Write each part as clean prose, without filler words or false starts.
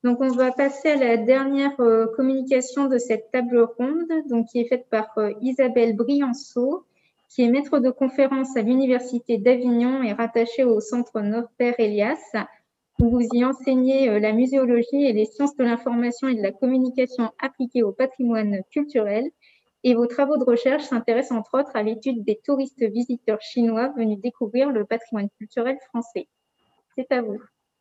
Donc, on va passer à la dernière communication de cette table ronde, donc qui est faite par Isabelle Brianceau, qui est maître de conférence à l'Université d'Avignon et rattachée au Centre Norbert Elias, où vous y enseignez la muséologie et les sciences de l'information et de la communication appliquées au patrimoine culturel. Et vos travaux de recherche s'intéressent entre autres à l'étude des touristes visiteurs chinois venus découvrir le patrimoine culturel français. C'est à vous.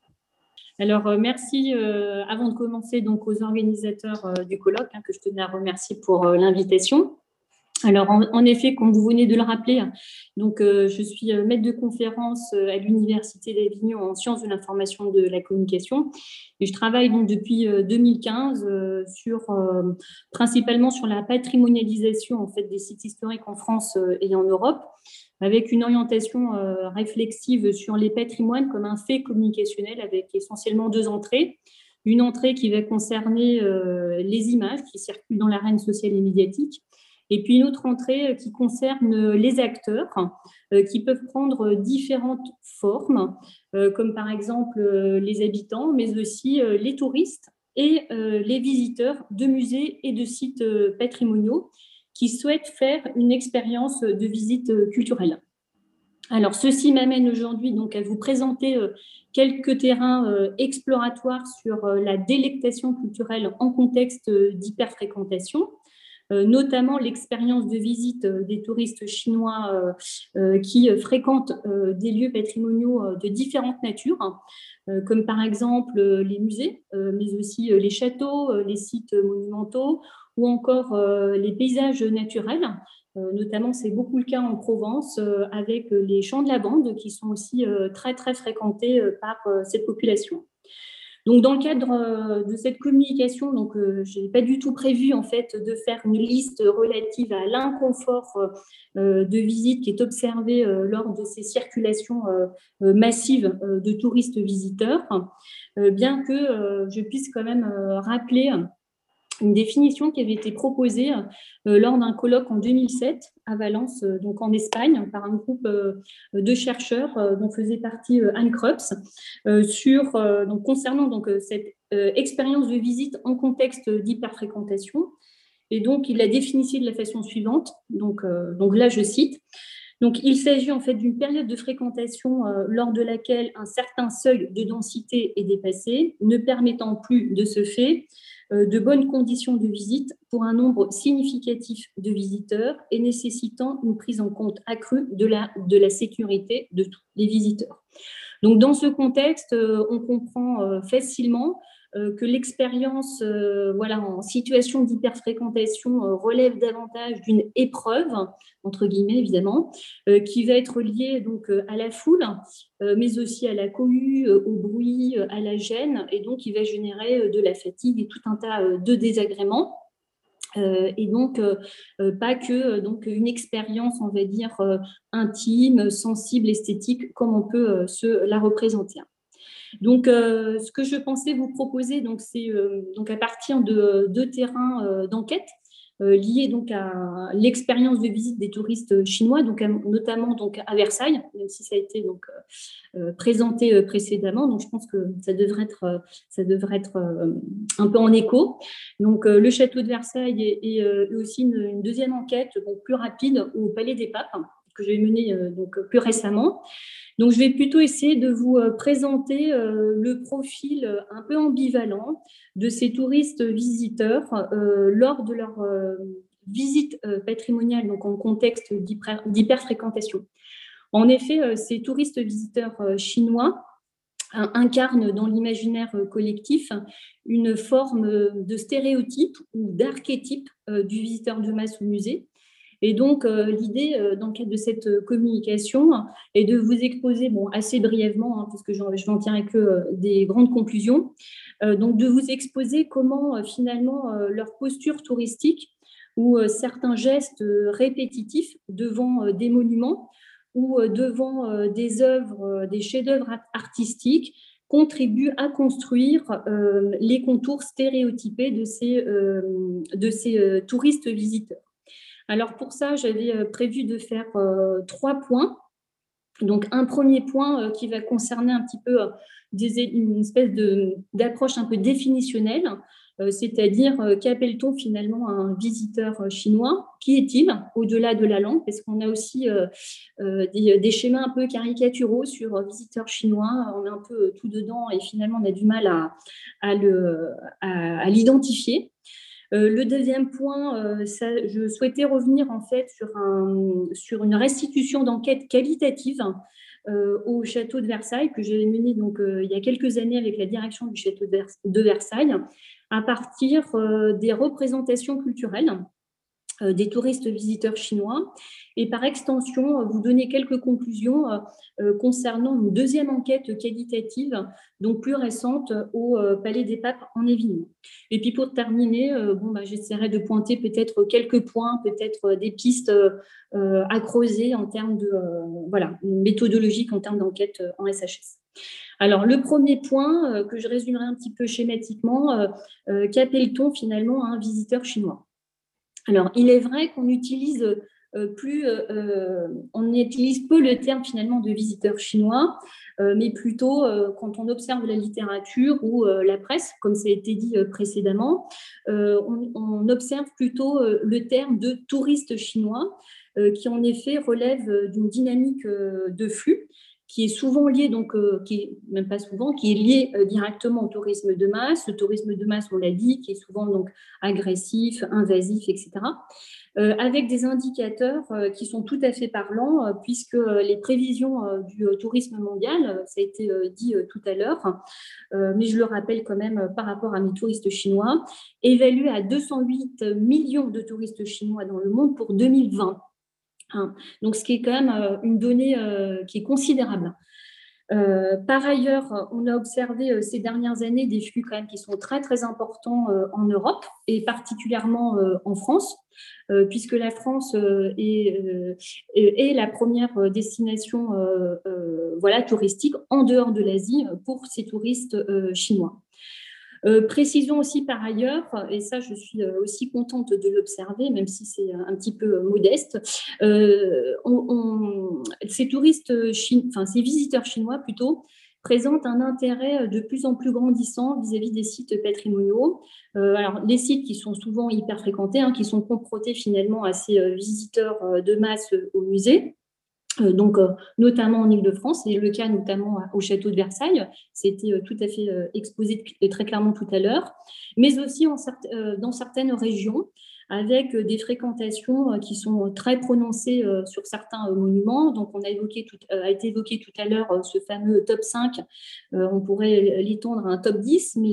Alors, merci avant de commencer donc, aux organisateurs du colloque, que je tenais à remercier pour l'invitation. Alors, en effet, comme vous venez de le rappeler, donc, je suis maître de conférence à l'Université d'Avignon en sciences de l'information et de la communication. Et je travaille donc depuis 2015 principalement sur la patrimonialisation en fait, des sites historiques en France et en Europe, avec une orientation réflexive sur les patrimoines comme un fait communicationnel avec essentiellement deux entrées. Une entrée qui va concerner les images qui circulent dans l'arène sociale et médiatique, et puis une autre entrée qui concerne les acteurs qui peuvent prendre différentes formes, comme par exemple les habitants, mais aussi les touristes et les visiteurs de musées et de sites patrimoniaux qui souhaitent faire une expérience de visite culturelle. Alors, ceci m'amène aujourd'hui donc à vous présenter quelques terrains exploratoires sur la délectation culturelle en contexte d'hyperfréquentation, notamment l'expérience de visite des touristes chinois qui fréquentent des lieux patrimoniaux de différentes natures, comme par exemple les musées, mais aussi les châteaux, les sites monumentaux ou encore les paysages naturels. Notamment, c'est beaucoup le cas en Provence avec les champs de lavande qui sont aussi très, très fréquentés par cette population. Donc, dans le cadre de cette communication, donc, je n'ai pas du tout prévu en fait, de faire une liste relative à l'inconfort de visite qui est observé lors de ces circulations massives de touristes visiteurs, bien que je puisse quand même rappeler une définition qui avait été proposée lors d'un colloque en 2007 à Valence, donc en Espagne, par un groupe de chercheurs dont faisait partie Anne Krups, donc, concernant donc, cette expérience de visite en contexte d'hyperfréquentation. Et donc, il la définissait de la façon suivante. Donc là, je cite. Donc, il s'agit en fait d'une période de fréquentation lors de laquelle un certain seuil de densité est dépassé, ne permettant plus de ce fait de bonnes conditions de visite pour un nombre significatif de visiteurs et nécessitant une prise en compte accrue de la sécurité de tous les visiteurs. Donc, dans ce contexte, on comprend facilement que l'expérience en situation d'hyperfréquentation relève davantage d'une épreuve, entre guillemets évidemment, qui va être liée donc, à la foule, mais aussi à la cohue, au bruit, à la gêne, et donc qui va générer de la fatigue et tout un tas de désagréments. Et donc, pas que donc, une expérience, on va dire, intime, sensible, esthétique, comme on peut se la représenter. Donc, ce que je pensais vous proposer, donc, c'est donc à partir de deux terrains d'enquête liés donc à l'expérience de visite des touristes chinois, donc notamment donc à Versailles, même si ça a été donc présenté précédemment. Donc, je pense que ça devrait être un peu en écho. Donc, le château de Versailles et aussi une deuxième enquête donc, plus rapide au Palais des Papes que j'ai menée donc plus récemment. Donc, je vais plutôt essayer de vous présenter le profil un peu ambivalent de ces touristes visiteurs lors de leur visite patrimoniale, donc en contexte d'hyperfréquentation. En effet, ces touristes visiteurs chinois incarnent dans l'imaginaire collectif une forme de stéréotype ou d'archétype du visiteur de masse au musée. Et donc, l'idée, dans le cadre de cette communication, est de vous exposer, assez brièvement, parce que je n'en tirerai que des grandes conclusions, donc de vous exposer comment, finalement, leur posture touristique ou certains gestes répétitifs devant des monuments ou devant des œuvres, des chefs-d'œuvre artistiques contribuent à construire les contours stéréotypés de ces touristes visiteurs. Alors pour ça, j'avais prévu de faire 3 points. Donc un premier point qui va concerner un petit peu une espèce d'approche un peu définitionnelle, c'est-à-dire qu'appelle-t-on finalement un visiteur chinois? Qui est-il au-delà de la langue? Parce qu'on a aussi des schémas un peu caricaturaux sur visiteurs chinois, on est un peu tout dedans et finalement on a du mal à l'identifier. Le deuxième point, je souhaitais revenir en fait sur une restitution d'enquête qualitative au château de Versailles que j'avais mené donc il y a quelques années avec la direction du château de Versailles à partir des représentations culturelles des touristes visiteurs chinois et par extension vous donner quelques conclusions concernant une deuxième enquête qualitative, donc plus récente, au Palais des Papes en Évignon. Et puis pour terminer, j'essaierai de pointer peut-être quelques points, peut-être des pistes à creuser en termes de méthodologique en termes d'enquête en SHS. Alors, le premier point que je résumerai un petit peu schématiquement, qu'appelle-t-on finalement un visiteur chinois? Alors, il est vrai qu'on utilise on utilise peu le terme finalement de visiteur chinois, mais plutôt quand on observe la littérature ou la presse, comme ça a été dit précédemment, on observe plutôt le terme de touriste chinois, qui en effet relève d'une dynamique de flux qui est souvent lié, donc qui est même pas souvent, qui est lié directement au tourisme de masse. Le tourisme de masse, on l'a dit, qui est souvent donc agressif, invasif, etc. Avec des indicateurs qui sont tout à fait parlants, puisque les prévisions du tourisme mondial, ça a été dit tout à l'heure, mais je le rappelle quand même par rapport à mes touristes chinois, évaluent à 208 millions de touristes chinois dans le monde pour 2020. Donc, ce qui est quand même une donnée qui est considérable. Par ailleurs, on a observé ces dernières années des flux quand même qui sont très très importants en Europe et particulièrement en France, puisque la France est la première destination touristique en dehors de l'Asie pour ces touristes chinois. Précisons aussi par ailleurs, et ça je suis aussi contente de l'observer, même si c'est un petit peu modeste, ces ces visiteurs chinois plutôt, présentent un intérêt de plus en plus grandissant vis-à-vis des sites patrimoniaux. Alors, les sites qui sont souvent hyper fréquentés, qui sont confrontés finalement à ces visiteurs de masse au musée. Donc, notamment en Île-de-France, et le cas notamment au château de Versailles, c'était tout à fait exposé très clairement tout à l'heure, mais aussi dans certaines régions, avec des fréquentations qui sont très prononcées sur certains monuments. Donc, a été évoqué tout à l'heure ce fameux top 5, on pourrait l'étendre à un top 10, mais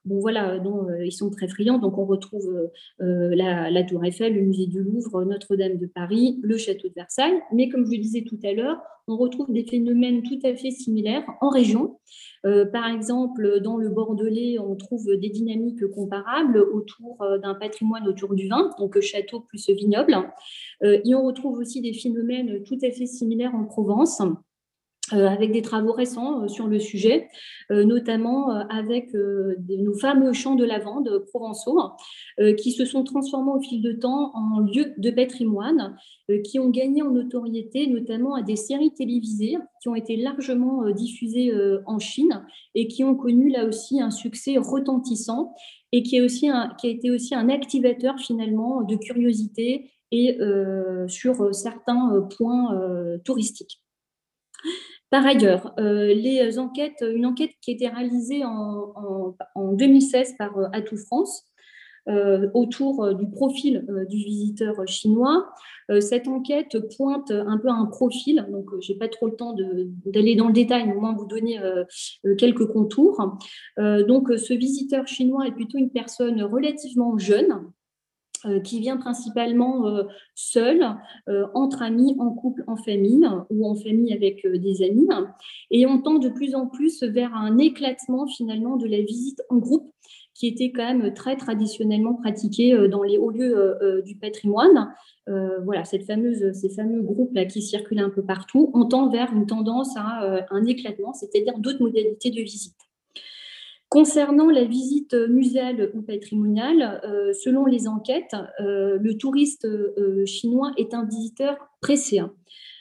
ils sont très friands. Donc, on retrouve la Tour Eiffel, le musée du Louvre, Notre-Dame de Paris, le château de Versailles. Mais comme je le disais tout à l'heure, on retrouve des phénomènes tout à fait similaires en région. Par exemple, dans le Bordelais, on trouve des dynamiques comparables autour d'un patrimoine autour du vin, donc château plus vignoble. Et on retrouve aussi des phénomènes tout à fait similaires en Provence, avec des travaux récents sur le sujet, notamment avec nos fameux champs de lavande provençaux, qui se sont transformés au fil de temps en lieux de patrimoine, qui ont gagné en notoriété, notamment à des séries télévisées qui ont été largement diffusées en Chine et qui ont connu là aussi un succès retentissant et qui a été aussi un activateur finalement de curiosité et sur certains points touristiques. Par ailleurs, une enquête qui a été réalisée en 2016 par Atout France autour du profil du visiteur chinois. Cette enquête pointe un peu un profil, donc je n'ai pas trop le temps d'aller dans le détail, mais au moins vous donner quelques contours. Donc ce visiteur chinois est plutôt une personne relativement jeune, qui vient principalement seul, entre amis, en couple, en famille ou en famille avec des amis. Et on tend de plus en plus vers un éclatement finalement de la visite en groupe qui était quand même très traditionnellement pratiquée dans les hauts lieux du patrimoine. Ces fameux groupes-là qui circulent un peu partout, on tend vers une tendance à un éclatement, c'est-à-dire d'autres modalités de visite. Concernant la visite muséale ou patrimoniale, selon les enquêtes, le touriste chinois est un visiteur pressé.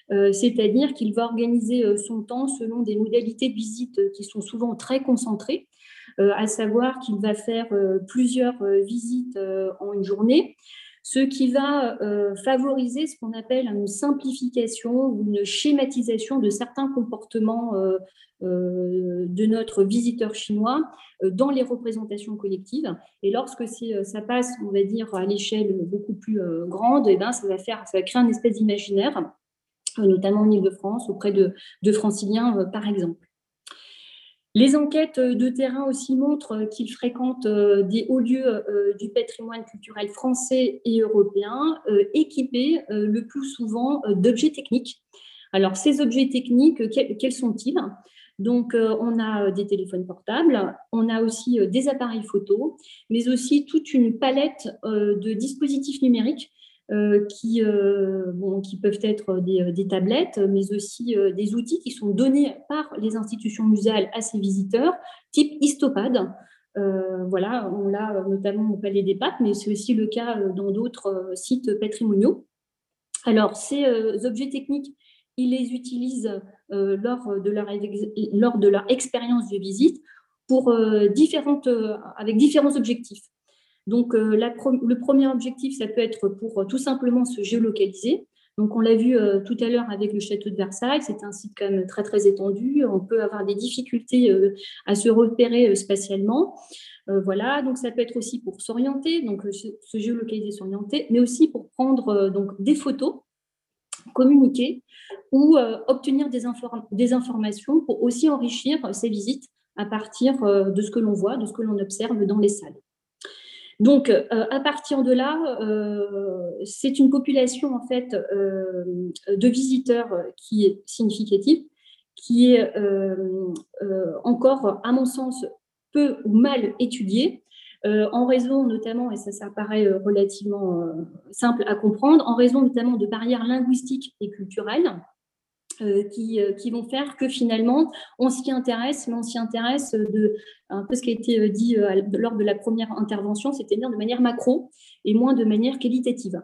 c'est-à-dire qu'il va organiser son temps selon des modalités de visite qui sont souvent très concentrées, à savoir qu'il va faire plusieurs visites en une journée, ce qui va favoriser ce qu'on appelle une simplification ou une schématisation de certains comportements de notre visiteur chinois dans les représentations collectives. Et lorsque ça passe, on va dire, à l'échelle beaucoup plus grande, eh ben, ça va créer un espèce d'imaginaire, notamment en Île-de-France, auprès de franciliens, par exemple. Les enquêtes de terrain aussi montrent qu'il fréquente des hauts lieux du patrimoine culturel français et européen, équipés le plus souvent d'objets techniques. Alors, ces objets techniques, quels sont-ils? Donc, on a des téléphones portables, on a aussi des appareils photo, mais aussi toute une palette de dispositifs numériques qui peuvent être des tablettes, mais aussi des outils qui sont donnés par les institutions muséales à ces visiteurs, type Histopad. Voilà, on l'a notamment au Palais des Papes, mais c'est aussi le cas dans d'autres sites patrimoniaux. Alors, ces objets techniques, ils les utilisent lors de leur expérience de visite avec différents objectifs. Donc, le premier objectif, ça peut être pour tout simplement se géolocaliser. Donc, on l'a vu tout à l'heure avec le château de Versailles, c'est un site quand même très, très étendu. On peut avoir des difficultés à se repérer spatialement. Voilà, donc ça peut être aussi pour s'orienter, donc se géolocaliser, s'orienter, mais aussi pour prendre donc, des photos, communiquer ou obtenir des informations pour aussi enrichir ces visites à partir de ce que l'on voit, de ce que l'on observe dans les salles. Donc, à partir de là, c'est une population en fait de visiteurs qui est significative, qui est encore, à mon sens, peu ou mal étudiée, en raison notamment, et ça paraît relativement simple à comprendre, en raison notamment de barrières linguistiques et culturelles. Qui vont faire que finalement, on s'y intéresse, mais on s'y intéresse de un peu ce qui a été dit lors de la première intervention, c'est-à-dire de manière macro et moins de manière qualitative.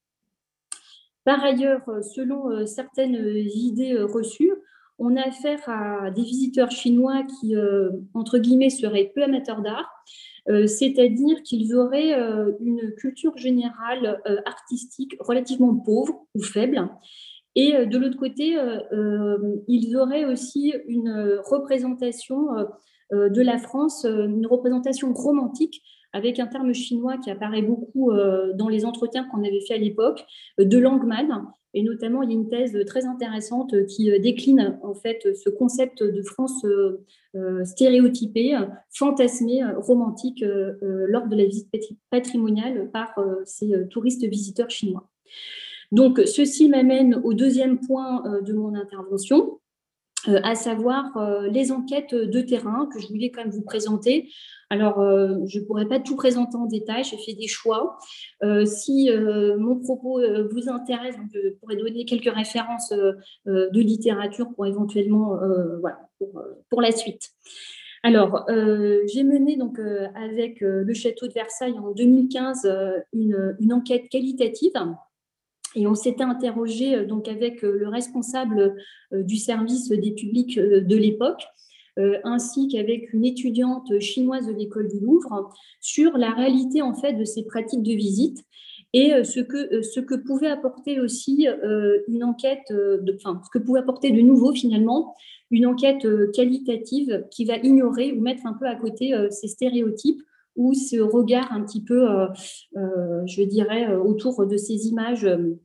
Par ailleurs, selon certaines idées reçues, on a affaire à des visiteurs chinois qui, entre guillemets, seraient peu amateurs d'art, c'est-à-dire qu'ils auraient une culture générale artistique relativement pauvre ou faible. Et de l'autre côté, ils auraient aussi une représentation de la France, une représentation romantique, avec un terme chinois qui apparaît beaucoup dans les entretiens qu'on avait fait à l'époque, de Langman. Et notamment, il y a une thèse très intéressante qui décline en fait ce concept de France stéréotypée, fantasmée, romantique lors de la visite patrimoniale par ces touristes visiteurs chinois. Donc, ceci m'amène au deuxième point de mon intervention, à savoir les enquêtes de terrain que je voulais quand même vous présenter. Alors, je ne pourrais pas tout présenter en détail, j'ai fait des choix. Si mon propos vous intéresse, je pourrais donner quelques références de littérature pour éventuellement, voilà, pour la suite. Alors, j'ai mené donc avec le château de Versailles en 2015 une enquête qualitative. Et on s'était interrogé donc avec le responsable du service des publics de l'époque, ainsi qu'avec une étudiante chinoise de l'école du Louvre, sur la réalité en fait de ces pratiques de visite et ce que pouvait apporter aussi une enquête, ce que pouvait apporter de nouveau finalement une enquête qualitative qui va ignorer ou mettre un peu à côté ces stéréotypes ou ce regard un petit peu, je dirais, autour de ces images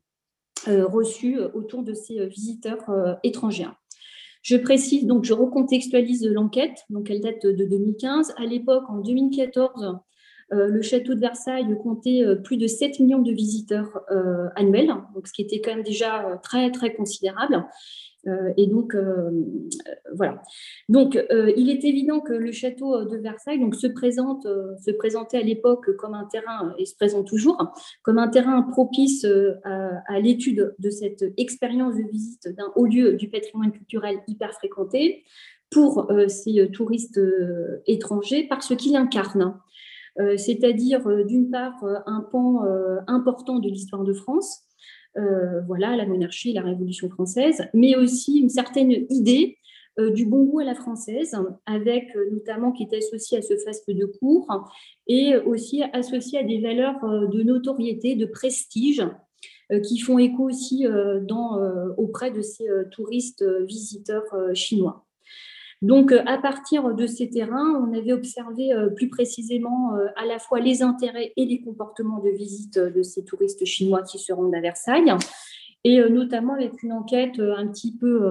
reçues autour de ces visiteurs étrangers. Je précise, donc je recontextualise l'enquête, donc elle date de 2015. À l'époque, en 2014, le château de Versailles comptait plus de 7 millions de visiteurs annuels, donc ce qui était quand même déjà très, très considérable. Et donc, voilà. Donc, il est évident que le château de Versailles donc, se présentait à l'époque comme un terrain, et se présente toujours, comme un terrain propice à l'étude de cette expérience de visite d'un haut lieu du patrimoine culturel hyper fréquenté pour ces touristes étrangers par ce qu'il incarne. C'est-à-dire, d'une part, un pan important de l'histoire de France, voilà, la monarchie, la Révolution française, mais aussi une certaine idée du bon goût à la française, avec notamment qui est associé à ce faste de cour et aussi associé à des valeurs de notoriété, de prestige, qui font écho aussi auprès de ces touristes visiteurs chinois. Donc, à partir de ces terrains, on avait observé plus précisément à la fois les intérêts et les comportements de visite de ces touristes chinois qui se rendent à Versailles, et notamment avec une enquête un petit peu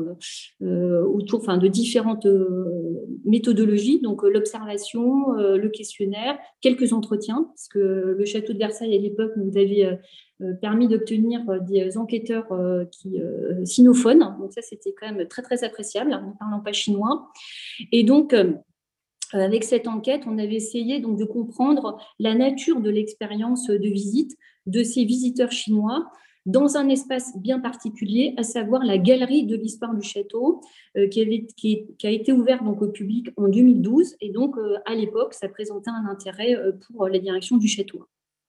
autour de différentes méthodologies, donc l'observation, le questionnaire, quelques entretiens, parce que le château de Versailles à l'époque nous avait permis d'obtenir des enquêteurs sinophones, donc ça c'était quand même très très appréciable, ne parlant pas chinois, et donc avec cette enquête, on avait essayé donc de comprendre la nature de l'expérience de visite de ces visiteurs chinois dans un espace bien particulier, à savoir la galerie de l'histoire du château, qui a été ouverte donc au public en 2012. Et donc, à l'époque, ça présentait un intérêt pour la direction du château.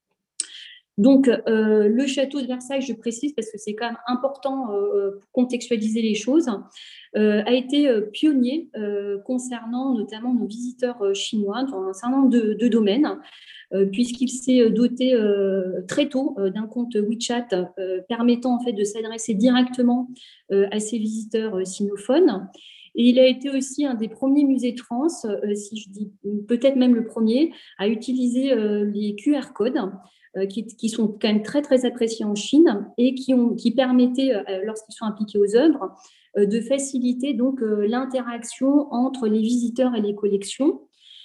Donc, le château de Versailles, je précise parce que c'est quand même important pour contextualiser les choses, a été pionnier concernant notamment nos visiteurs chinois dans un certain nombre de domaines, puisqu'il s'est doté très tôt d'un compte WeChat permettant en fait de s'adresser directement à ces visiteurs sinophones. Et il a été aussi un des premiers musées de France, si je dis peut-être même le premier, à utiliser les QR codes qui sont quand même très, très appréciés en Chine et qui permettaient, lorsqu'ils sont appliqués aux œuvres, de faciliter donc l'interaction entre les visiteurs et les collections.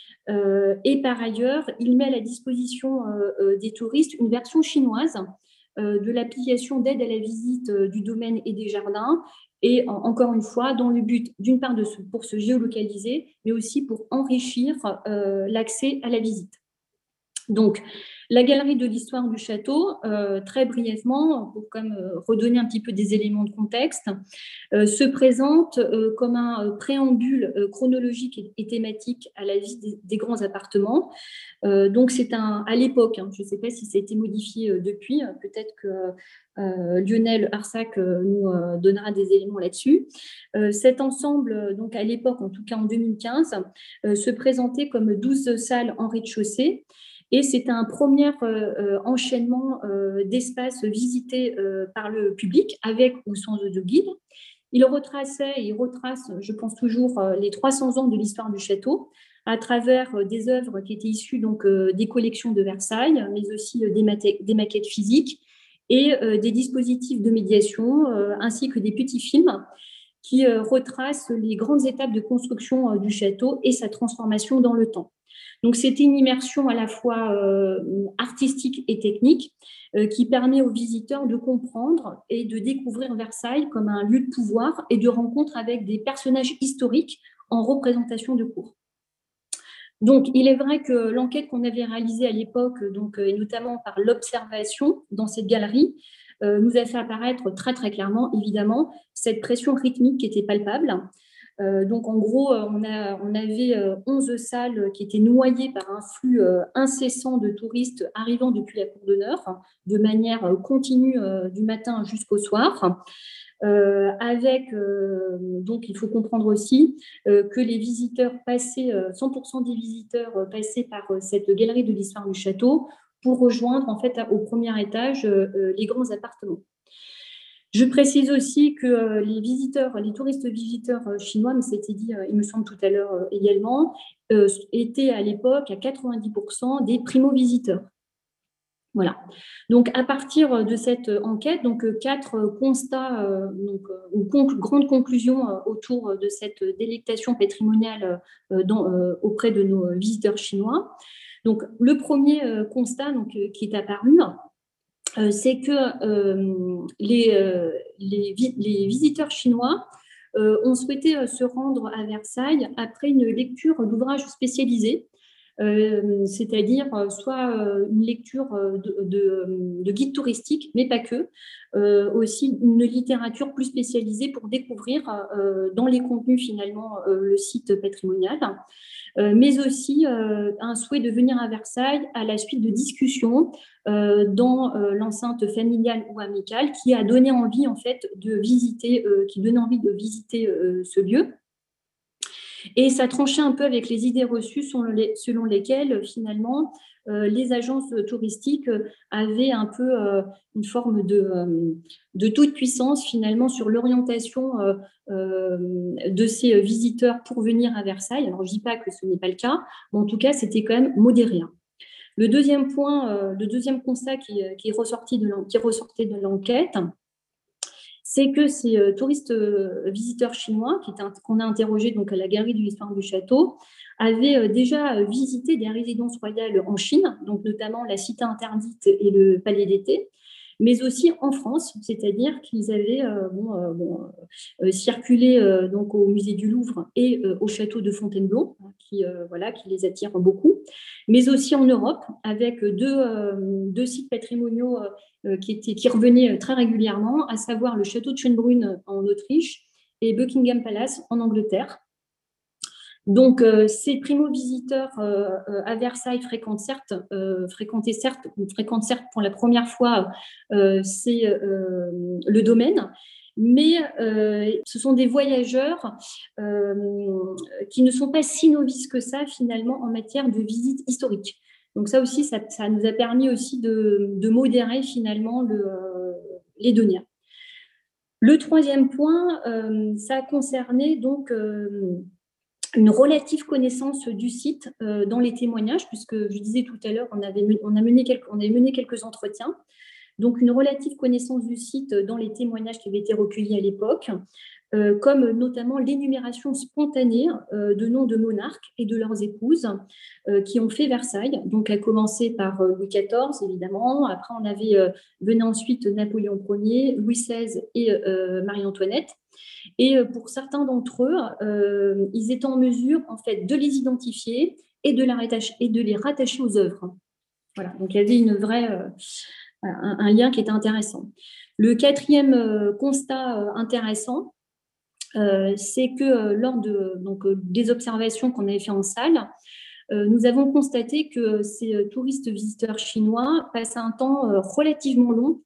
Et par ailleurs, il met à la disposition des touristes une version chinoise de l'application d'aide à la visite du domaine et des jardins, et encore une fois, dans le but, d'une part, pour se géolocaliser, mais aussi pour enrichir l'accès à la visite. Donc, la galerie de l'histoire du château, très brièvement, pour quand même redonner un petit peu des éléments de contexte, se présente comme un préambule chronologique et thématique à la vie des grands appartements. Donc, c'est à l'époque, je ne sais pas si ça a été modifié depuis, peut-être que Lionel Arsac nous donnera des éléments là-dessus. Cet ensemble, donc à l'époque, en tout cas en 2015, se présentait comme 12 salles en rez-de-chaussée. Et c'est un premier enchaînement d'espaces visités par le public avec ou sans guide. Il retrace, je pense toujours, les 300 ans de l'histoire du château à travers des œuvres qui étaient issues donc, des collections de Versailles, mais aussi des maquettes physiques et des dispositifs de médiation, ainsi que des petits films qui retracent les grandes étapes de construction du château et sa transformation dans le temps. Donc, c'était une immersion à la fois artistique et technique qui permet aux visiteurs de comprendre et de découvrir Versailles comme un lieu de pouvoir et de rencontre avec des personnages historiques en représentation de cour. Donc, il est vrai que l'enquête qu'on avait réalisée à l'époque, et notamment par l'observation dans cette galerie, nous a fait apparaître très, très clairement, évidemment, cette pression rythmique qui était palpable. Donc, en gros, on avait 11 salles qui étaient noyées par un flux incessant de touristes arrivant depuis la cour d'honneur, de manière continue du matin jusqu'au soir. Donc, il faut comprendre aussi que les visiteurs passaient, 100% des visiteurs passaient par cette galerie de l'histoire du château pour rejoindre, en fait, au premier étage, les grands appartements. Je précise aussi que les touristes visiteurs chinois, mais c'était dit, il me semble tout à l'heure également, étaient à l'époque à 90% des primo-visiteurs. Voilà. Donc, à partir de cette enquête, donc 4 constats, ou grandes conclusions autour de cette délectation patrimoniale auprès de nos visiteurs chinois. Donc, le premier constat qui est apparu, c'est que les visiteurs chinois ont souhaité se rendre à Versailles après une lecture d'ouvrages spécialisés c'est-à-dire soit une lecture de guides touristiques, mais pas que, aussi une littérature plus spécialisée pour découvrir dans les contenus finalement le site patrimonial, mais aussi un souhait de venir à Versailles à la suite de discussions dans l'enceinte familiale ou amicale qui a donné envie en fait de visiter, qui donnait envie de visiter ce lieu. Et ça tranchait un peu avec les idées reçues selon lesquelles, finalement, les agences touristiques avaient un peu une forme de toute puissance, finalement, sur l'orientation de ces visiteurs pour venir à Versailles. Alors, je ne dis pas que ce n'est pas le cas, mais en tout cas, c'était quand même modéré. Le deuxième point, le deuxième constat qui ressortait de l'enquête, c'est que ces touristes visiteurs chinois qu'on a interrogés donc à la Galerie de l'Histoire du Château avaient déjà visité des résidences royales en Chine, donc notamment la Cité interdite et le Palais d'été, mais aussi en France, c'est-à-dire qu'ils avaient circulé donc au musée du Louvre et au château de Fontainebleau, qui les attirent beaucoup, mais aussi en Europe, avec deux sites patrimoniaux qui revenaient très régulièrement, à savoir le château de Schönbrunn en Autriche et Buckingham Palace en Angleterre. Donc, ces primo-visiteurs à Versailles fréquentent certes pour la première fois le domaine, mais ce sont des voyageurs qui ne sont pas si novices que ça, finalement, en matière de visite historique. Donc, ça aussi, ça nous a permis aussi de modérer, finalement, les données. Le troisième point, ça a concerné donc une relative connaissance du site dans les témoignages, puisque je disais tout à l'heure, on avait mené quelques entretiens. Donc, une relative connaissance du site dans les témoignages qui avaient été recueillis à l'époque, comme notamment l'énumération spontanée de noms de monarques et de leurs épouses qui ont fait Versailles. Donc, à commencer par Louis XIV, évidemment. Après, venait ensuite Napoléon Ier, Louis XVI et Marie-Antoinette. Et pour certains d'entre eux, ils étaient en mesure, en fait, de les identifier et de les rattacher aux œuvres. Voilà, donc il y avait un lien qui était intéressant. Le quatrième constat intéressant, c'est que lors des observations qu'on avait fait en salle, nous avons constaté que ces touristes visiteurs chinois passaient un temps relativement long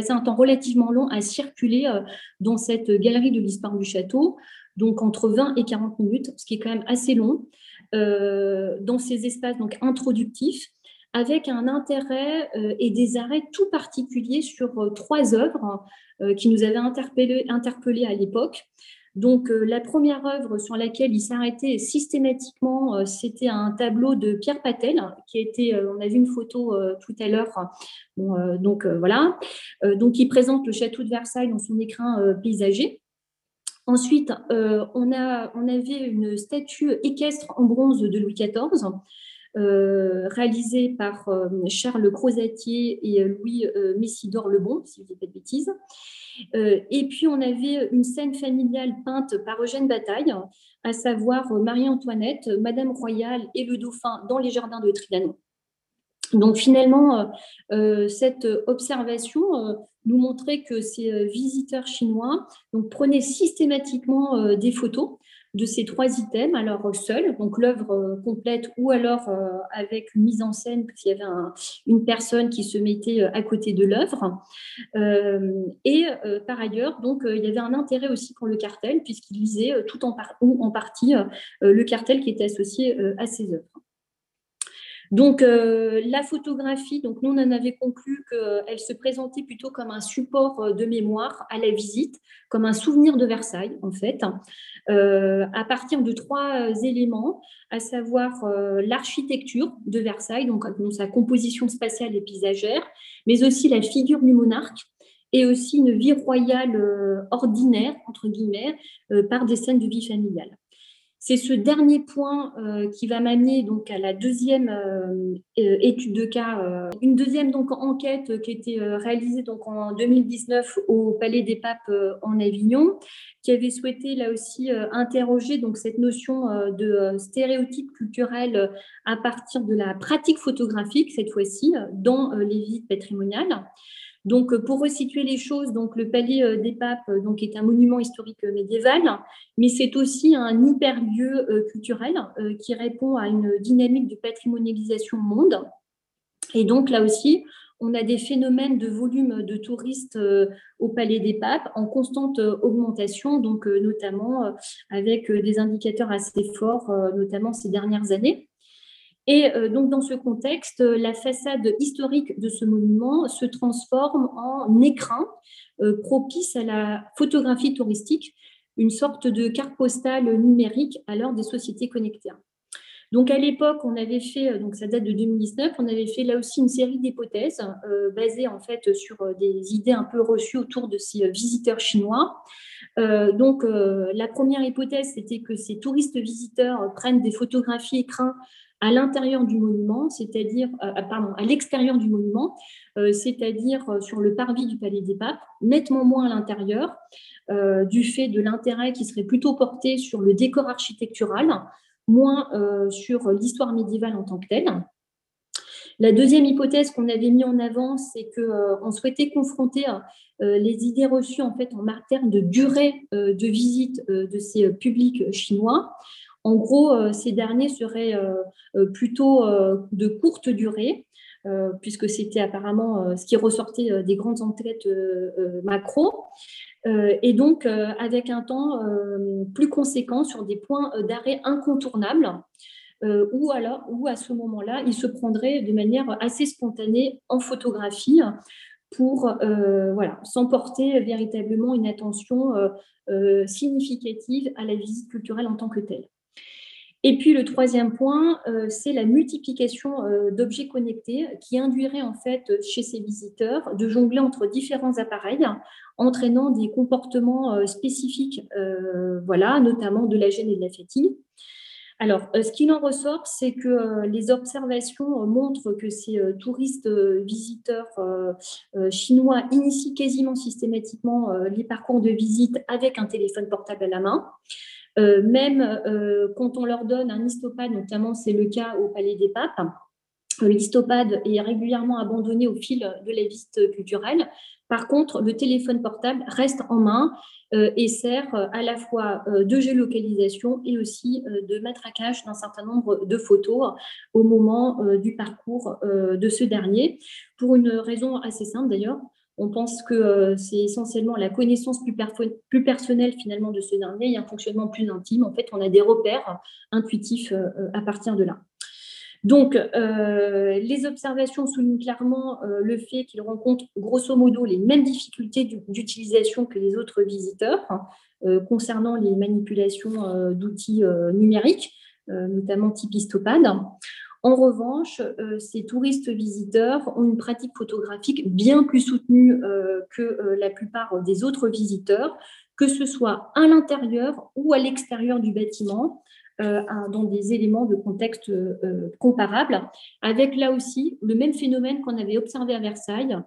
à circuler dans cette galerie de l'histoire du château, donc entre 20 et 40 minutes, ce qui est quand même assez long, dans ces espaces donc introductifs, avec un intérêt et des arrêts tout particuliers sur 3 œuvres qui nous avaient interpellés à l'époque. Donc, la première œuvre sur laquelle il s'arrêtait systématiquement, c'était un tableau de Pierre Patel, qui a été, on a vu une photo tout à l'heure, voilà, donc il présente le château de Versailles dans son écrin paysager. Ensuite, on avait une statue équestre en bronze de Louis XIV, réalisée par Charles Crozatier et Louis Messidor Lebon, si je ne dis pas de bêtises. Et puis, on avait une scène familiale peinte par Eugène Bataille, à savoir Marie-Antoinette, Madame Royale et le dauphin dans les jardins de Trianon. Donc, finalement, cette observation nous montrait que ces visiteurs chinois prenaient systématiquement des photos de ces 3 items, alors seuls, donc l'œuvre complète, ou alors avec une mise en scène, parce qu'il y avait une personne qui se mettait à côté de l'œuvre. Par ailleurs, donc, il y avait un intérêt aussi pour le cartel, puisqu'il lisait tout en partie le cartel qui était associé à ces œuvres. Donc, la photographie, donc nous, on en avait conclu qu'elle se présentait plutôt comme un support de mémoire à la visite, comme un souvenir de Versailles, en fait, à partir de 3 éléments, à savoir l'architecture de Versailles, donc sa composition spatiale et paysagère, mais aussi la figure du monarque, et aussi une vie royale ordinaire, entre guillemets, par des scènes de vie familiale. C'est ce dernier point qui va m'amener donc à la deuxième étude de cas, une deuxième donc enquête qui a été réalisée donc en 2019 au Palais des Papes en Avignon, qui avait souhaité là aussi interroger donc cette notion de stéréotype culturel à partir de la pratique photographique cette fois-ci dans les visites patrimoniales. Donc, pour resituer les choses, donc le Palais des Papes donc, est un monument historique médiéval, mais c'est aussi un hyperlieu culturel qui répond à une dynamique de patrimonialisation au monde. Et donc, là aussi, on a des phénomènes de volume de touristes au Palais des Papes en constante augmentation, donc notamment avec des indicateurs assez forts, notamment ces dernières années. Et donc, dans ce contexte, la façade historique de ce monument se transforme en écrin propice à la photographie touristique, une sorte de carte postale numérique à l'heure des sociétés connectées. Donc, à l'époque, on avait fait, donc ça date de 2019, on avait fait là aussi une série d'hypothèses basées en fait sur des idées un peu reçues autour de ces visiteurs chinois. Donc, la première hypothèse, c'était que ces touristes visiteurs prennent des photographies écrin à l'intérieur du monument, c'est-à-dire, à l'extérieur du monument, c'est-à-dire sur le parvis du Palais des Papes, nettement moins à l'intérieur, du fait de l'intérêt qui serait plutôt porté sur le décor architectural, moins sur l'histoire médiévale en tant que telle. La deuxième hypothèse qu'on avait mis en avant, c'est qu'on souhaitait confronter les idées reçues en fait en termes de durée de visite de ces publics chinois. En gros, ces derniers seraient plutôt de courte durée, puisque c'était apparemment ce qui ressortait des grandes enquêtes macro, et donc avec un temps plus conséquent sur des points d'arrêt incontournables, ou à ce moment-là, il se prendrait de manière assez spontanée en photographie pour s'emporter véritablement une attention significative à la visite culturelle en tant que telle. Et puis le troisième point, c'est la multiplication d'objets connectés qui induirait en fait chez ces visiteurs de jongler entre différents appareils, entraînant des comportements spécifiques, notamment de la gêne et de la fatigue. Alors, ce qu'il en ressort, c'est que les observations montrent que ces touristes visiteurs chinois initient quasiment systématiquement les parcours de visite avec un téléphone portable à la main. Même quand on leur donne un histopade, notamment c'est le cas au Palais des Papes, l'histopade est régulièrement abandonné au fil de la visite culturelle. Par contre, le téléphone portable reste en main et sert à la fois de géolocalisation et aussi de matraquage d'un certain nombre de photos au moment du parcours de ce dernier, pour une raison assez simple d'ailleurs. On pense que c'est essentiellement la connaissance plus personnelle finalement de ce dernier et un fonctionnement plus intime. En fait, on a des repères intuitifs à partir de là. Donc, les observations soulignent clairement le fait qu'ils rencontrent grosso modo les mêmes difficultés d'utilisation que les autres visiteurs concernant les manipulations d'outils numériques, notamment type histopade. En revanche, ces touristes visiteurs ont une pratique photographique bien plus soutenue que la plupart des autres visiteurs, que ce soit à l'intérieur ou à l'extérieur du bâtiment, dans des éléments de contexte comparables, avec là aussi le même phénomène qu'on avait observé à Versailles,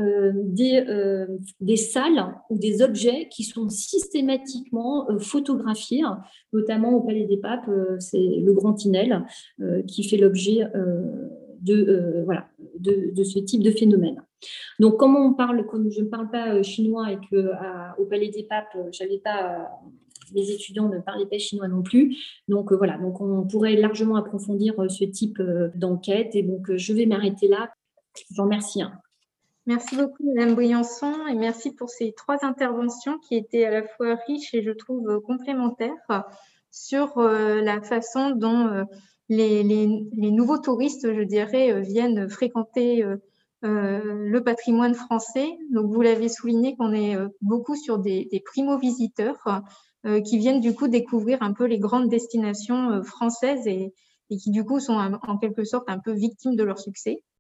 des salles ou des objets qui sont systématiquement photographiés, notamment au Palais des Papes, c'est le Grand Tinel qui fait l'objet de ce type de phénomène. Donc, comme je ne parle pas chinois et qu'au Palais des Papes, j'avais pas les étudiants ne parlaient pas chinois non plus. Donc voilà, donc on pourrait largement approfondir ce type d'enquête. Et donc je vais m'arrêter là. Je vous remercie. Merci beaucoup, Madame Briançon, et merci pour ces 3 interventions qui étaient à la fois riches et je trouve complémentaires sur la façon dont les nouveaux touristes, je dirais, viennent fréquenter le patrimoine français. Donc, vous l'avez souligné qu'on est beaucoup sur des primo-visiteurs qui viennent du coup découvrir un peu les grandes destinations françaises et qui du coup sont en quelque sorte un peu victimes de leur succès.